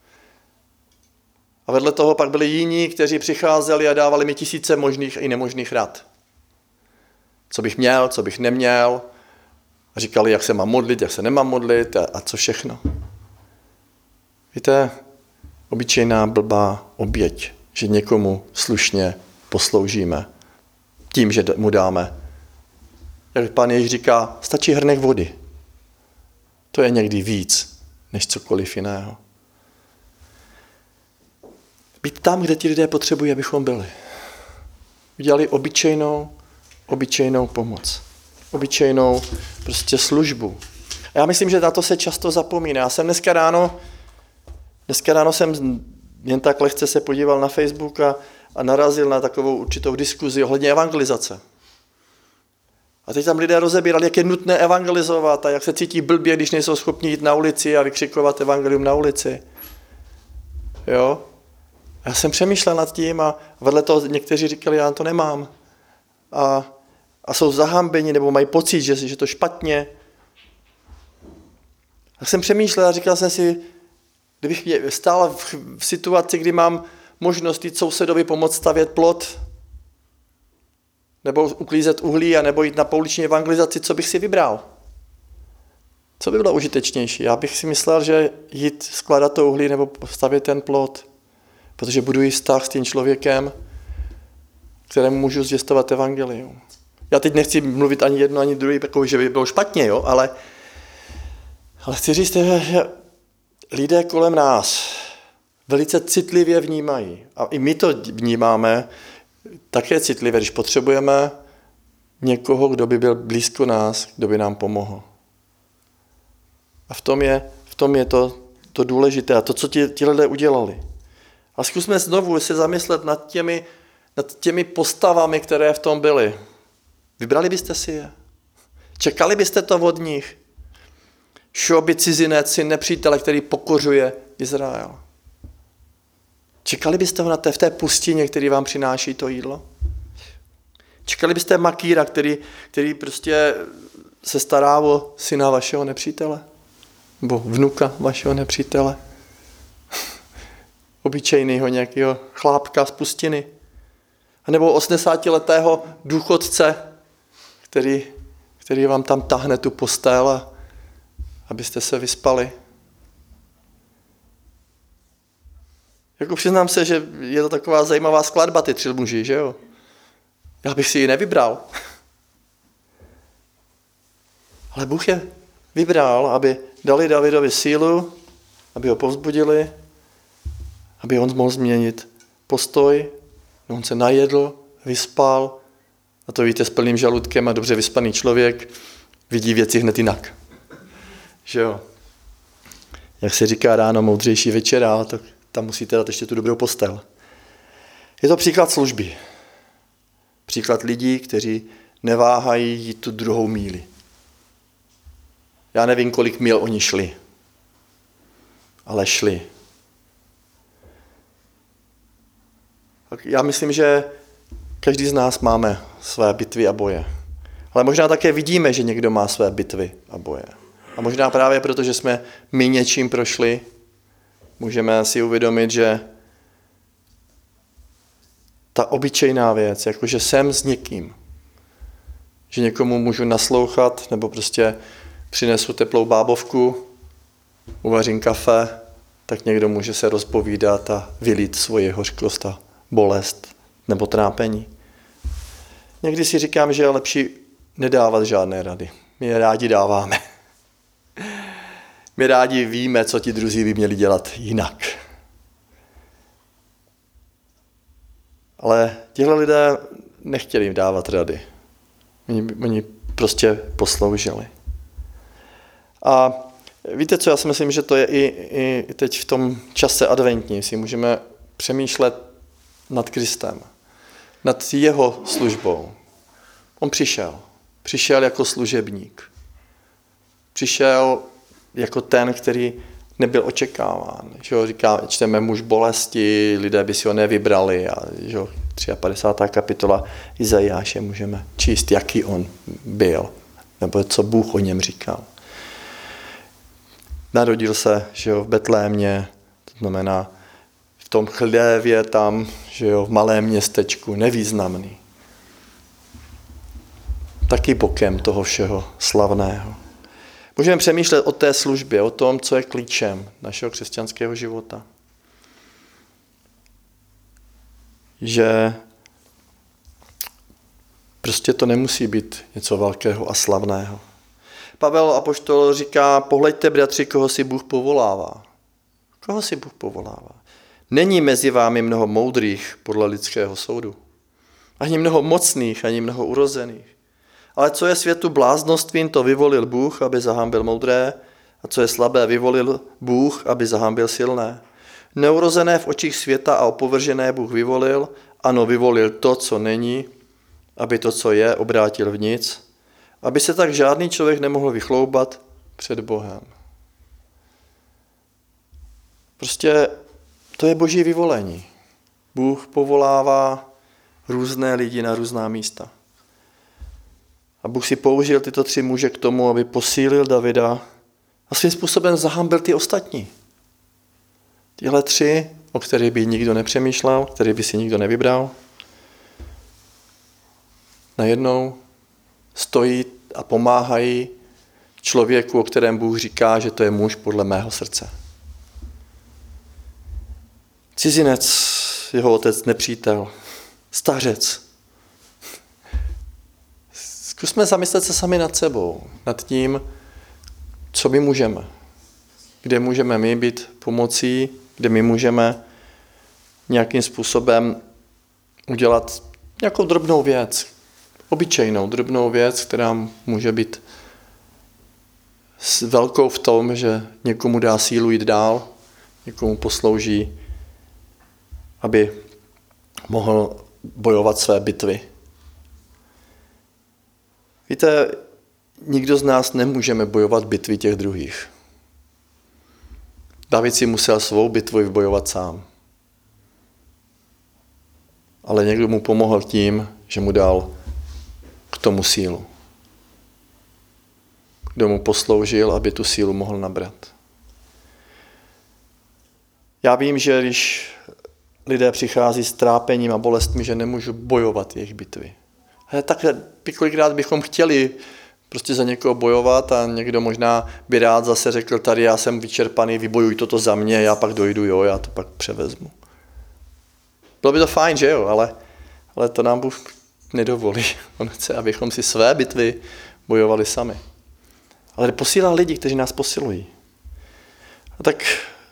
A vedle toho pak byli jiní, kteří přicházeli a dávali mi tisíce možných i nemožných rad. Co bych měl, co bych neměl. A říkali, jak se mám modlit, jak se nemám modlit a co všechno. Víte, obyčejná blbá oběť, že někomu slušně posloužíme tím, že mu dáme. Jak Pán Ježíš říká, stačí hrnek vody. To je někdy víc, než cokoliv jiného. Být tam, kde ti lidé potřebují, abychom byli. Udělali obyčejnou pomoc. Obyčejnou prostě službu. A já myslím, že na to se často zapomíná. Já jsem dneska ráno jsem jen tak lehce se podíval na Facebook a narazil na takovou určitou diskuzi ohledně evangelizace. A teď tam lidé rozebírali, jak je nutné evangelizovat a jak se cítí blbě, když nejsou schopni jít na ulici a vykřikovat evangelium na ulici. Jo? Já jsem přemýšlel nad tím a vedle toho někteří říkali, já to nemám. A jsou zahambeni nebo mají pocit, že to špatně. Já jsem přemýšlel a říkal jsem si, kdybych stál v situaci, kdy mám možnost jít sousedovi pomoct stavět plot, nebo uklízet uhlí, a nebo jít na pouliční evangelizaci, co bych si vybral? Co by bylo užitečnější? Já bych si myslel, že jít skládat to uhlí nebo stavět ten plot, protože buduji vztah s tím člověkem, kterému můžu zvěstovat evangelium. Já teď nechci mluvit ani jedno, ani druhý, jako, že by bylo špatně, jo? Ale chci říct, že lidé kolem nás velice citlivě vnímají. A i my to vnímáme také citlivě, když potřebujeme někoho, kdo by byl blízko nás, kdo by nám pomohl. A v tom je to důležité a to, co ti lidé udělali. A zkusme znovu se zamyslet nad těmi postavami, které v tom byly. Vybrali byste si je? Čekali byste to od nich? Šoby cizinec, syn nepřítele, který pokořuje Izrael. Čekali byste ho v té pustině, který vám přináší to jídlo? Čekali byste Makíra, který prostě se stará o syna vašeho nepřítele? Nebo vnuka vašeho nepřítele? Obyčejného nějakého chlápka z pustiny? A nebo 80letého důchodce, který vám tam tahne tu postel, abyste se vyspali? Jako přiznám se, že je to taková zajímavá skladba, ty 3 muži, že jo? Já bych si ji nevybral. Ale Bůh je vybral, aby dali Davidovi sílu, aby ho povzbudili, aby on mohl změnit postoj, on se najedl, vyspal, a to víte, s plným žaludkem a dobře vyspaný člověk vidí věci hned jinak. Že jo? Jak se říká ráno, moudřejší večera, tak tam musíte dát ještě tu dobrou postel. Je to příklad služby. Příklad lidí, kteří neváhají jít tu druhou míli. Já nevím, kolik mil oni šli, ale šli. Já myslím, že každý z nás máme své bitvy a boje. Ale možná také vidíme, že někdo má své bitvy a boje. A možná právě proto, že jsme my něčím prošli, můžeme si uvědomit, že ta obyčejná věc, jakože jsem s někým, že někomu můžu naslouchat, nebo prostě přinesu teplou bábovku, uvařím kafe, tak někdo může se rozpovídat a vylít svoji hořkost a bolest nebo trápení. Někdy si říkám, že je lepší nedávat žádné rady. My je rádi dáváme. My rádi víme, co ti druzí by měli dělat jinak. Ale tihle lidé nechtěli dávat rady. Oni prostě posloužili. A víte co, já si myslím, že to je i teď v tom čase adventní. Si můžeme přemýšlet nad Kristem, nad jeho službou. On přišel jako služebník. Přišel jako ten, který nebyl očekáván. Že ho čteme muž bolesti, lidé by si ho nevybrali. A, že ho, 53. kapitola Izajáše můžeme číst, jaký on byl, nebo co Bůh o něm říkal. Narodil se, že jo, v Betlémě, to znamená v tom chlévě tam, že jo, v malém městečku, nevýznamný. Taky bokem toho všeho slavného. Můžeme přemýšlet o té službě, o tom, co je klíčem našeho křesťanského života. Že prostě to nemusí být něco velkého a slavného. Pavel apoštol říká, pohleďte, bratři, koho si Bůh povolává. Koho si Bůh povolává? Není mezi vámi mnoho moudrých podle lidského soudu. Ani mnoho mocných, ani mnoho urozených. Ale co je světu bláznostvím, to vyvolil Bůh, aby zahambil moudré, a co je slabé, vyvolil Bůh, aby zahambil silné. Neurozené v očích světa a opovržené Bůh vyvolil, ano, vyvolil to, co není, aby to, co je, obrátil v nic, aby se tak žádný člověk nemohl vychloubat před Bohem. Prostě to je Boží vyvolení. Bůh povolává různé lidi na různá místa. A Bůh si použil tyto 3 muže k tomu, aby posílil Davida a svým způsobem zahambil ty ostatní. Tyhle 3, o kterých by nikdo nepřemýšlel, který by si nikdo nevybral, najednou stojí a pomáhají člověku, o kterém Bůh říká, že to je muž podle mého srdce. Cizinec, jeho otec, nepřítel, stařec. Zkusme zamyslet se sami nad sebou, nad tím, co my můžeme. Kde můžeme my být pomocí, kde my můžeme nějakým způsobem udělat nějakou drobnou věc, obyčejnou drobnou věc, která může být velkou v tom, že někomu dá sílu jít dál, někomu poslouží, aby mohl bojovat své bitvy. Víte, nikdo z nás nemůžeme bojovat bitvy těch druhých. David si musel svou bitvu vybojovat sám. Ale někdo mu pomohl tím, že mu dal k tomu sílu. Kdo mu posloužil, aby tu sílu mohl nabrat. Já vím, že když lidé přichází s trápením a bolestmi, že nemůžu bojovat jejich bitvy. Tak kolikrát bychom chtěli prostě za někoho bojovat a někdo možná by rád zase řekl, tady já jsem vyčerpaný, vybojuj toto za mě, já pak dojdu, jo, já to pak převezmu. Bylo by to fajn, že jo, ale to nám Bůh nedovolí. On chce, abychom si své bitvy bojovali sami. Ale posílá lidi, kteří nás posilují. A tak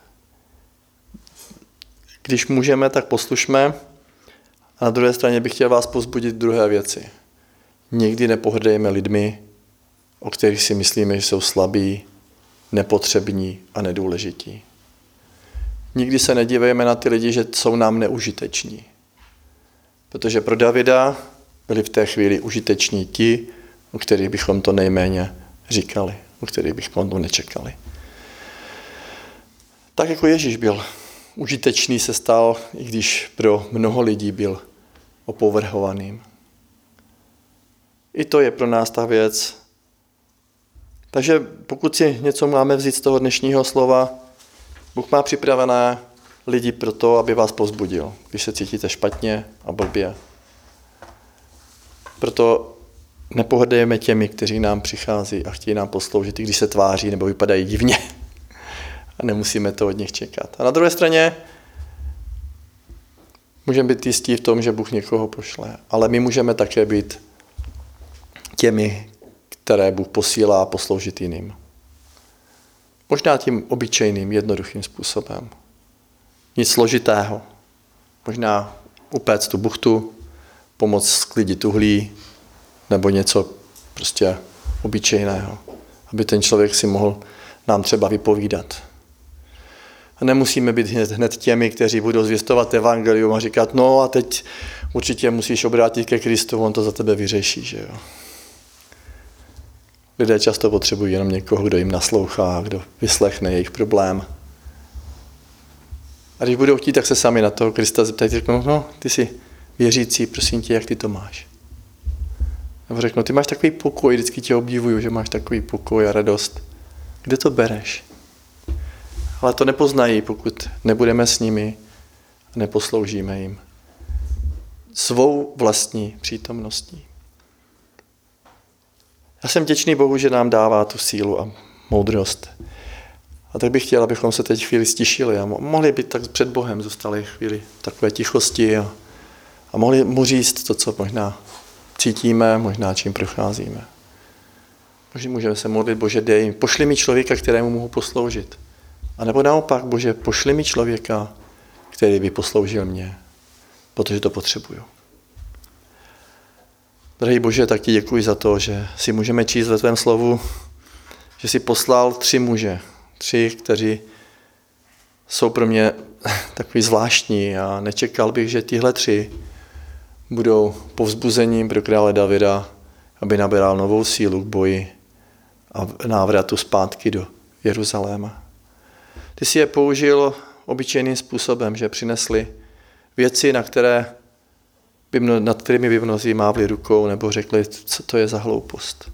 když můžeme, tak poslušme. A na druhé straně bych chtěl vás povzbudit druhé věci. Nikdy nepohrdejme lidmi, o kterých si myslíme, že jsou slabí, nepotřební a nedůležití. Nikdy se nedívejme na ty lidi, že jsou nám neužiteční. Protože pro Davida byli v té chvíli užiteční ti, o kterých bychom to nejméně říkali, o kterých bychom to nečekali. Tak jako Ježíš byl užitečný, se stal, i když pro mnoho lidí byl opovrhovaným. I to je pro nás ta věc. Takže pokud si něco máme vzít z toho dnešního slova, Bůh má připravené lidi pro to, aby vás povzbudil, když se cítíte špatně a blbě. Proto nepohrdejme těmi, kteří nám přichází a chtějí nám posloužit, i když se tváří nebo vypadají divně. A nemusíme to od nich čekat. A na druhé straně můžeme být jistí v tom, že Bůh někoho pošle, ale my můžeme také být těmi, které Bůh posílá posloužit jiným. Možná tím obyčejným, jednoduchým způsobem. Nic složitého. Možná upéct tu buchtu, pomoct sklidit uhlí, nebo něco prostě obyčejného. Aby ten člověk si mohl nám třeba vypovídat. A nemusíme být hned těmi, kteří budou zvěstovat evangelium a říkat, no a teď určitě musíš obrátit ke Kristu, on to za tebe vyřeší, že jo. Lidé často potřebují jenom někoho, kdo jim naslouchá, kdo vyslechne jejich problém. A když budou chtít, tak se sami na toho Krista zeptají, no, ty jsi věřící, prosím tě, jak ty to máš. Nebo řeknu, ty máš takový pokoj, vždycky tě obdivuju, že máš takový pokoj a radost. Kde to bereš? Ale to nepoznají, pokud nebudeme s nimi a neposloužíme jim svou vlastní přítomností. Já jsem vděčný Bohu, že nám dává tu sílu a moudrost. A tak bych chtěl, abychom se teď chvíli stišili a mohli být tak před Bohem, zůstali chvíli v takové tichosti a mohli mu říct to, co možná cítíme, možná čím procházíme. Možná můžeme se modlit, Bože, dej, pošli mi člověka, kterému mohu posloužit. A nebo naopak, Bože, pošli mi člověka, který by posloužil mě, protože to potřebuju. Drahý Bože, tak ti děkuji za to, že si můžeme číst ve tvém slovu, že jsi poslal 3 muže, 3, kteří jsou pro mě takový zvláštní a nečekal bych, že tihle 3 budou povzbuzením pro krále Davida, aby nabíral novou sílu k boji a návratu zpátky do Jeruzaléma. Ty jsi je použil obyčejným způsobem, že přinesli věci, nad kterými by mnozí mávli rukou nebo řekli, co to je za hloupost.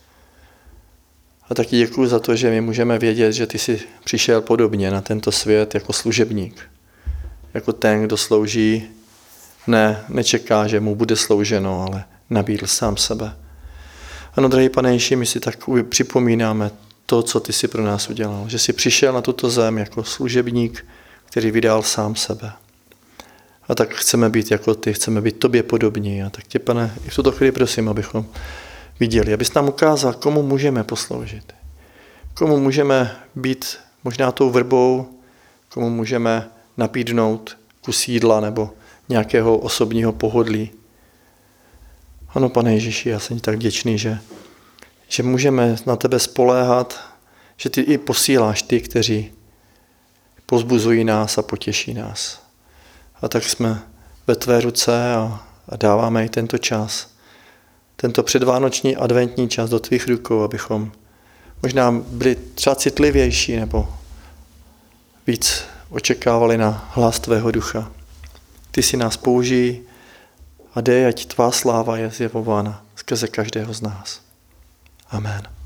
A taky děkuji za to, že my můžeme vědět, že ty jsi přišel podobně na tento svět jako služebník. Jako ten, kdo slouží, nečeká, že mu bude slouženo, ale nabídl sám sebe. Ano, drahý Pane Ježíši, my si tak připomínáme to, co ty jsi pro nás udělal. Že jsi přišel na tuto zem jako služebník, který vydal sám sebe. A tak chceme být jako ty, chceme být tobě podobní. A tak tě, Pane, i v tuto chvíli prosím, abychom viděli, abys nám ukázal, komu můžeme posloužit. Komu můžeme být možná tou vrbou, komu můžeme nabídnout kus jídla nebo nějakého osobního pohodlí. Ano, Pane Ježíši, já jsem ti tak vděčný, že můžeme na tebe spoléhat, že ty i posíláš ty, kteří povzbuzují nás a potěší nás. A tak jsme ve tvé ruce a dáváme i tento čas, tento předvánoční adventní čas do tvých rukou, abychom možná byli třeba citlivější nebo víc očekávali na hlas tvého ducha. Ty si nás použij a dej, ať tvá sláva je zjevována skrze každého z nás. Amen.